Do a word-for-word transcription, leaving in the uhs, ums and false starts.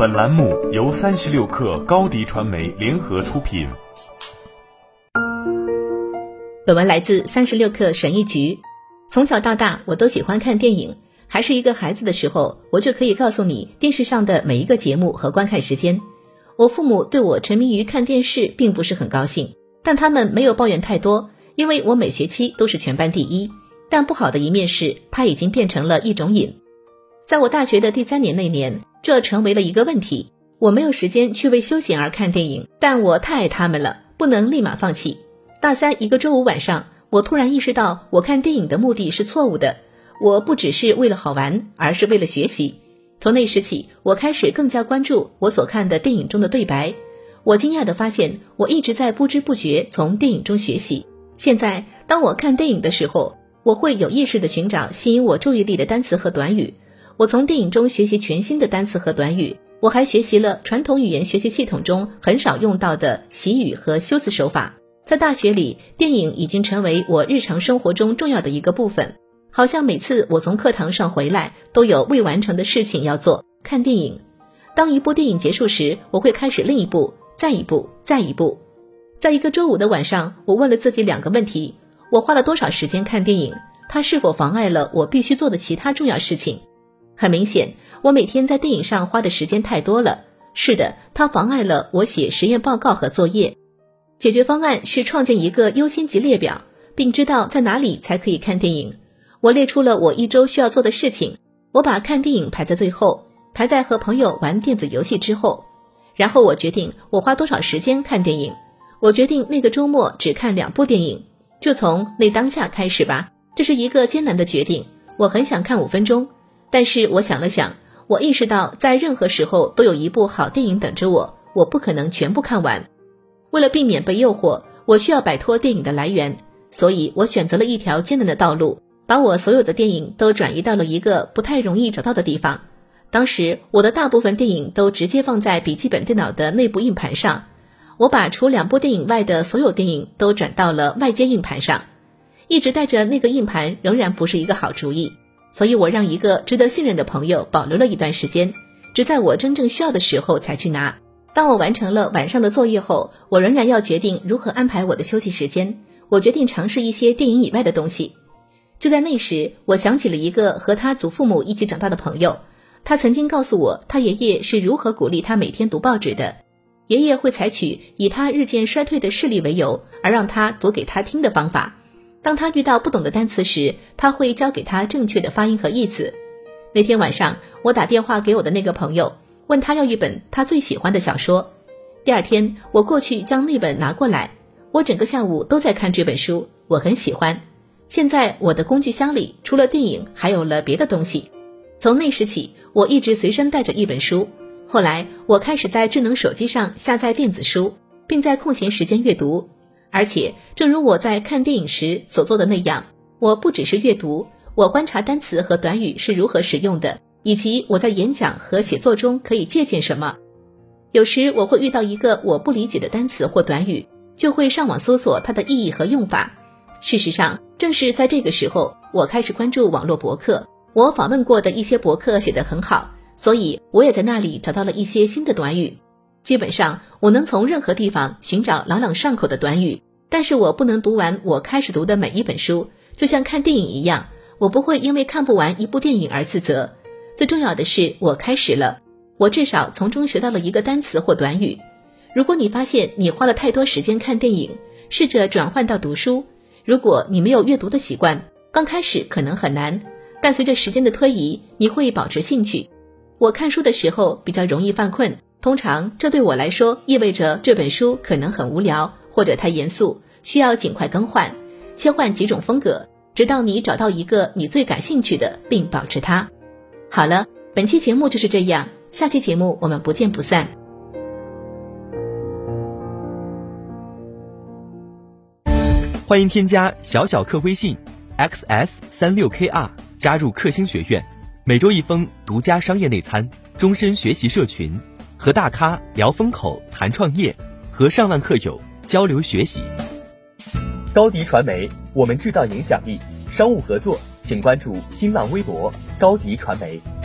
本栏目由三十六氪高迪传媒联合出品。 本文来自三十六氪神医局。从小到大，我都喜欢看电影。还是一个孩子的时候，我就可以告诉你电视上的每一个节目和观看时间。我父母对我沉迷于看电视并不是很高兴，但他们没有抱怨太多，因为我每学期都是全班第一。但不好的一面是，它已经变成了一种瘾。在我大学的第三年那年，这成为了一个问题。我没有时间去为休闲而看电影，但我太爱他们了，不能立马放弃。大三一个周五晚上，我突然意识到我看电影的目的是错误的。我不只是为了好玩，而是为了学习。从那时起，我开始更加关注我所看的电影中的对白。我惊讶地发现，我一直在不知不觉从电影中学习。现在，当我看电影的时候，我会有意识地寻找吸引我注意力的单词和短语。我从电影中学习全新的单词和短语，我还学习了传统语言学习系统中很少用到的习语和修辞手法。在大学里，电影已经成为我日常生活中重要的一个部分。好像每次我从课堂上回来，都有未完成的事情要做，看电影。当一部电影结束时，我会开始另一部，再一部，再一部。在一个周五的晚上，我问了自己两个问题：我花了多少时间看电影？它是否妨碍了我必须做的其他重要事情？很明显，我每天在电影上花的时间太多了。是的，它妨碍了我写实验报告和作业。解决方案是创建一个优先级列表，并知道在哪里才可以看电影。我列出了我一周需要做的事情，我把看电影排在最后，排在和朋友玩电子游戏之后。然后我决定我花多少时间看电影。我决定那个周末只看两部电影，就从那当下开始吧。这是一个艰难的决定，我很想看五分钟，但是我想了想，我意识到在任何时候都有一部好电影等着我，我不可能全部看完。为了避免被诱惑，我需要摆脱电影的来源，所以我选择了一条艰难的道路，把我所有的电影都转移到了一个不太容易找到的地方。当时我的大部分电影都直接放在笔记本电脑的内部硬盘上，我把除两部电影外的所有电影都转到了外接硬盘上。一直带着那个硬盘仍然不是一个好主意，所以我让一个值得信任的朋友保留了一段时间，只在我真正需要的时候才去拿。当我完成了晚上的作业后，我仍然要决定如何安排我的休息时间。我决定尝试一些电影以外的东西。就在那时，我想起了一个和他祖父母一起长大的朋友，他曾经告诉我他爷爷是如何鼓励他每天读报纸的。爷爷会采取以他日渐衰退的视力为由而让他读给他听的方法。当他遇到不懂的单词时，他会教给他正确的发音和意思。那天晚上，我打电话给我的那个朋友，问他要一本他最喜欢的小说。第二天，我过去将那本拿过来，我整个下午都在看这本书，我很喜欢。现在我的工具箱里除了电影还有了别的东西。从那时起，我一直随身带着一本书。后来我开始在智能手机上下载电子书，并在空闲时间阅读。而且正如我在看电影时所做的那样，我不只是阅读，我观察单词和短语是如何使用的，以及我在演讲和写作中可以借鉴什么。有时我会遇到一个我不理解的单词或短语，就会上网搜索它的意义和用法。事实上，正是在这个时候，我开始关注网络博客。我访问过的一些博客写得很好，所以我也在那里找到了一些新的短语。基本上，我能从任何地方寻找朗朗上口的短语，但是我不能读完我开始读的每一本书，就像看电影一样，我不会因为看不完一部电影而自责。最重要的是，我开始了，我至少从中学到了一个单词或短语。如果你发现你花了太多时间看电影，试着转换到读书。如果你没有阅读的习惯，刚开始可能很难，但随着时间的推移，你会保持兴趣。我看书的时候比较容易犯困，通常这对我来说意味着这本书可能很无聊，或者太严肃，需要尽快更换，切换几种风格，直到你找到一个你最感兴趣的，并保持它。好了，本期节目就是这样，下期节目我们不见不散。 欢迎添加小小客微信 X S 三六 K R 加入克星学院，每周一封独家商业内参，终身学习社群，和大咖聊风口谈创业，和上万客友交流学习。高迪传媒，我们制造影响力。商务合作请关注新浪微博高迪传媒。